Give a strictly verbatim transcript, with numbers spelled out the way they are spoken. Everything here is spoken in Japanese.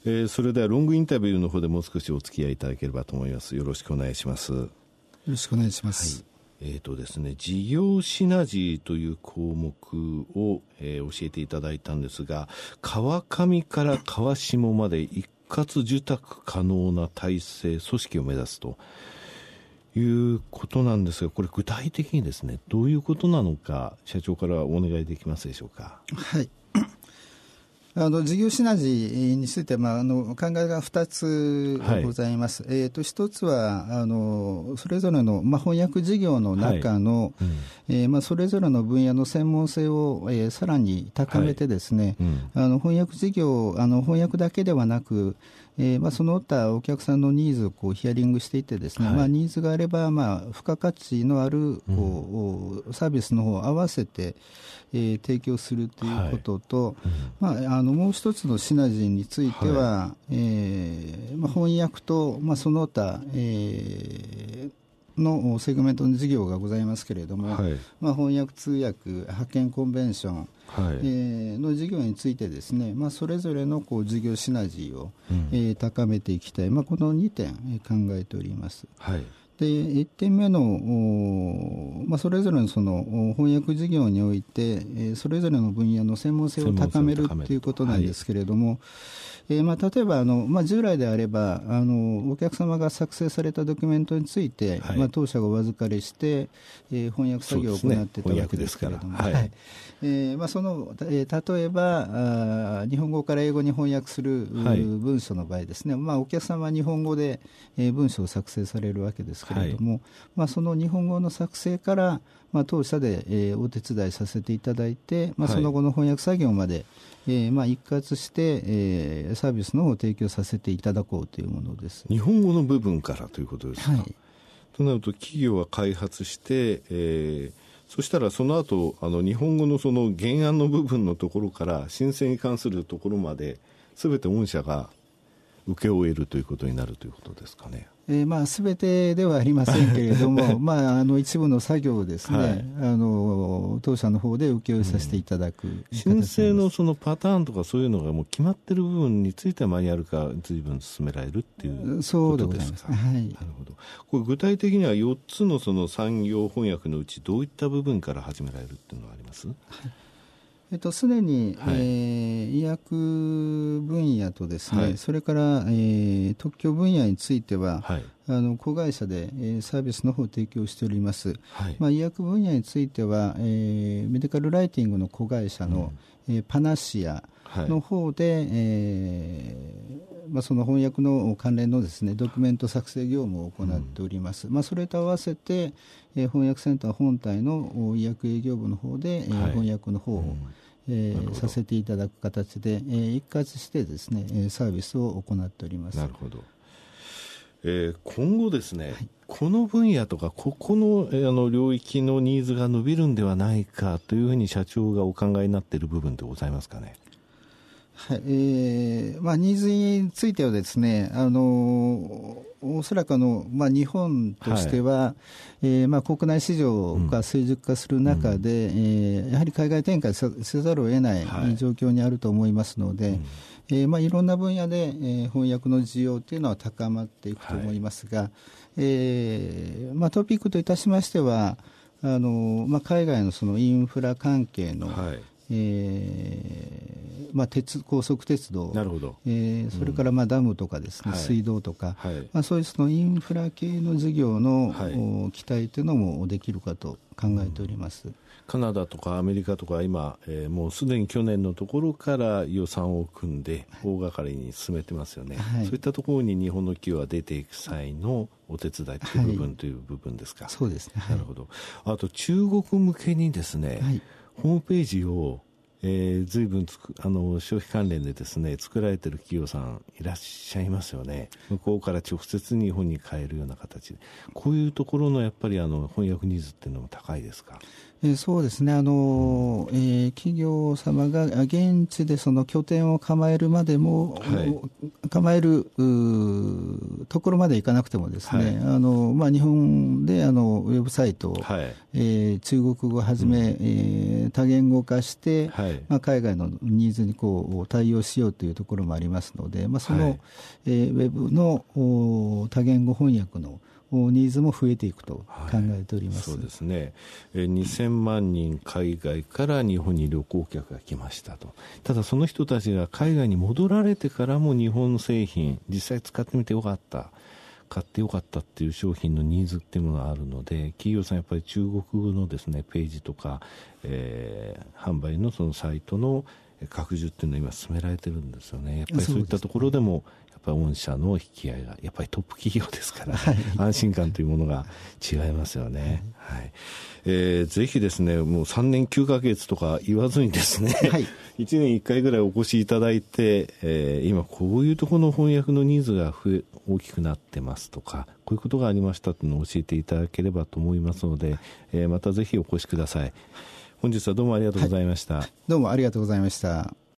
えー、それではロングインタビューの方でもう少しお付き合いいただければと思います。よろしくお願いします。よろしくお願いします。 はい、えーとですね、事業シナジーという項目を、えー、教えていただいたんですが、川上から川下まで一括受託可能な体制組織を目指すということなんですが、これ具体的にですね、どういうことなのか社長からお願いできますでしょうか。 はい、あの事業シナジーについては、まあ、あの考えがふたつございます。はい、えー、とひとつはあのそれぞれの、まあ、翻訳事業の中の、はい、うんえーまあ、それぞれの分野の専門性を、えー、さらに高めてですね、はいうん、あの翻訳事業あの翻訳だけではなく、えーまあ、その他お客さんのニーズをこうヒアリングしていってですね、はいまあ、ニーズがあれば、まあ、付加価値のあるこう、うん、サービスの方を合わせて、えー、提供するということと、はいうんまあ、あのもう一つのシナジーについては、はいえーまあ、翻訳と、まあ、その他、えーのセグメントの事業がございますけれども、はいまあ、翻訳通訳派遣コンベンション、はいえー、の事業についてですね、まあ、それぞれのこう事業シナジーを、うんえー、高めていきたい、まあ、このにてん、えー、考えております。はいでいってんめの、まあ、それぞれの、その翻訳事業において、えー、それぞれの分野の専門性を高めるということなんですけれども、はいえーまあ、例えばあの、まあ、従来であればあのお客様が作成されたドキュメントについて、はいまあ、当社がお預かりして、えー、翻訳作業を行っていたわけですけれども、そ、ねはいえーまあ、その、えー、例えばあ日本語から英語に翻訳する、はい、文書の場合ですね、まあ、お客様は日本語で、えー、文章を作成されるわけですけれども、はいまあ、その日本語の作成から、まあ、当社で、えー、お手伝いさせていただいて、まあ、その後の翻訳作業まで、はいえーまあ、一括して、えー、サービスの方を提供させていただこうというものです。 日本語の部分からということですか。はい、となると企業は開発して、えー、そしたらその後あの日本語のその原案の部分のところから申請に関するところまで全て御社が請け負えるということになるということですかね。 えーまあ、全てではありませんけれども、まあ、あの一部の作業をですね、はい、あの当社の方で請け負いさせていただく、うん、 申請のそのパターンとかそういうのがもう決まっている部分についてはマニュアル化随分進められるっていうことですか。 そうでございます、はい、なるほど。これ具体的にはよっつのその産業翻訳のうちどういった部分から始められるっていうのはあります？はいえっと、すでに、はいえー、医薬分野とですね、はい、それから、えー、特許分野については、はい、あの子会社で、えー、サービスの方を提供しております、はいまあ、医薬分野については、えー、メディカルライティングの子会社の、うんえー、パナシアの方で、はいえーまあ、その翻訳の関連のですね、ドキュメント作成業務を行っております、うんまあ、それと合わせて、えー、翻訳センター本体の医薬営業部の方で、えーはい、翻訳の方を、うんえー、させていただく形で、えー、一括してですねサービスを行っております。 なるほど。えー、今後ですね、はい、この分野とかここの、えー、あの領域のニーズが伸びるんではないかというふうに社長がお考えになっている部分でございますかね。 はいえーまあ、ニーズについてはですね、あのおそらくあの、まあ、日本としては、はいえーまあ、国内市場が成熟化する中で、うんえー、やはり海外展開せざるを得ない状況にあると思いますので、はいうんえーまあ、いろんな分野で、えー、翻訳の需要というのは高まっていくと思いますが、はいえーまあ、トピックといたしましてはあの、まあ、海外のそのインフラ関係の、はいえーまあ、鉄高速鉄道、 なるほどえー、それからまあダムとかですね、うん、水道とか、はいまあ、そういうそのインフラ系の事業の、はい、期待というのもできるかと考えております、うん、 カナダとかアメリカとか今、えー、もうすでに去年のところから予算を組んで大掛かりに進めてますよね、はい、そういったところに日本の企業が出ていく際のお手伝いという部分、はい、という部分ですか。 そうですね、はい、 なるほど。あと中国向けにですね、はい、ホームページをえー、随分つくあの消費関連でですね作られている企業さんいらっしゃいますよね。向こうから直接日本に買えるような形で、こういうところのやっぱりあの翻訳ニーズっていうのも高いですか。 えー、そうですね、あの、えー、企業様が現地でその拠点を構えるまでも、はい、構えるところまでいかなくてもですね、はい、あのまあ、日本であのウェブサイトを、はい、えー、中国語をはじめ、うん、えー、多言語化して、はい、まあ、海外のニーズにこう対応しようというところもありますので、まあ、その、はい、えー、ウェブの多言語翻訳のニーズも増えていくと考えております。 はい、そうですね。にせんまんにん海外から日本に旅行客が来ましたと。ただその人たちが海外に戻られてからも日本製品実際使ってみてよかった、買ってよかったっていう商品のニーズっていうものがあるので、企業さんやっぱり中国語のですねページとか、えー、販売のそのサイトの拡充っていうのは今進められてるんですよね。やっぱりそういったところでもやっぱり御社の引き合いがやっぱりトップ企業ですから、はい、安心感というものが違いますよね。はい、えー、ぜひですね、もうさんねんきゅうかげつとか言わずにですね、はい、いちねんいっかいぐらいお越しいただいて、えー、今こういうところの翻訳のニーズが増え大きくなってますとか、こういうことがありましたというのを教えていただければと思いますので、えー、またぜひお越しください。本日はどうもありがとうございました。 はい、どうもありがとうございました。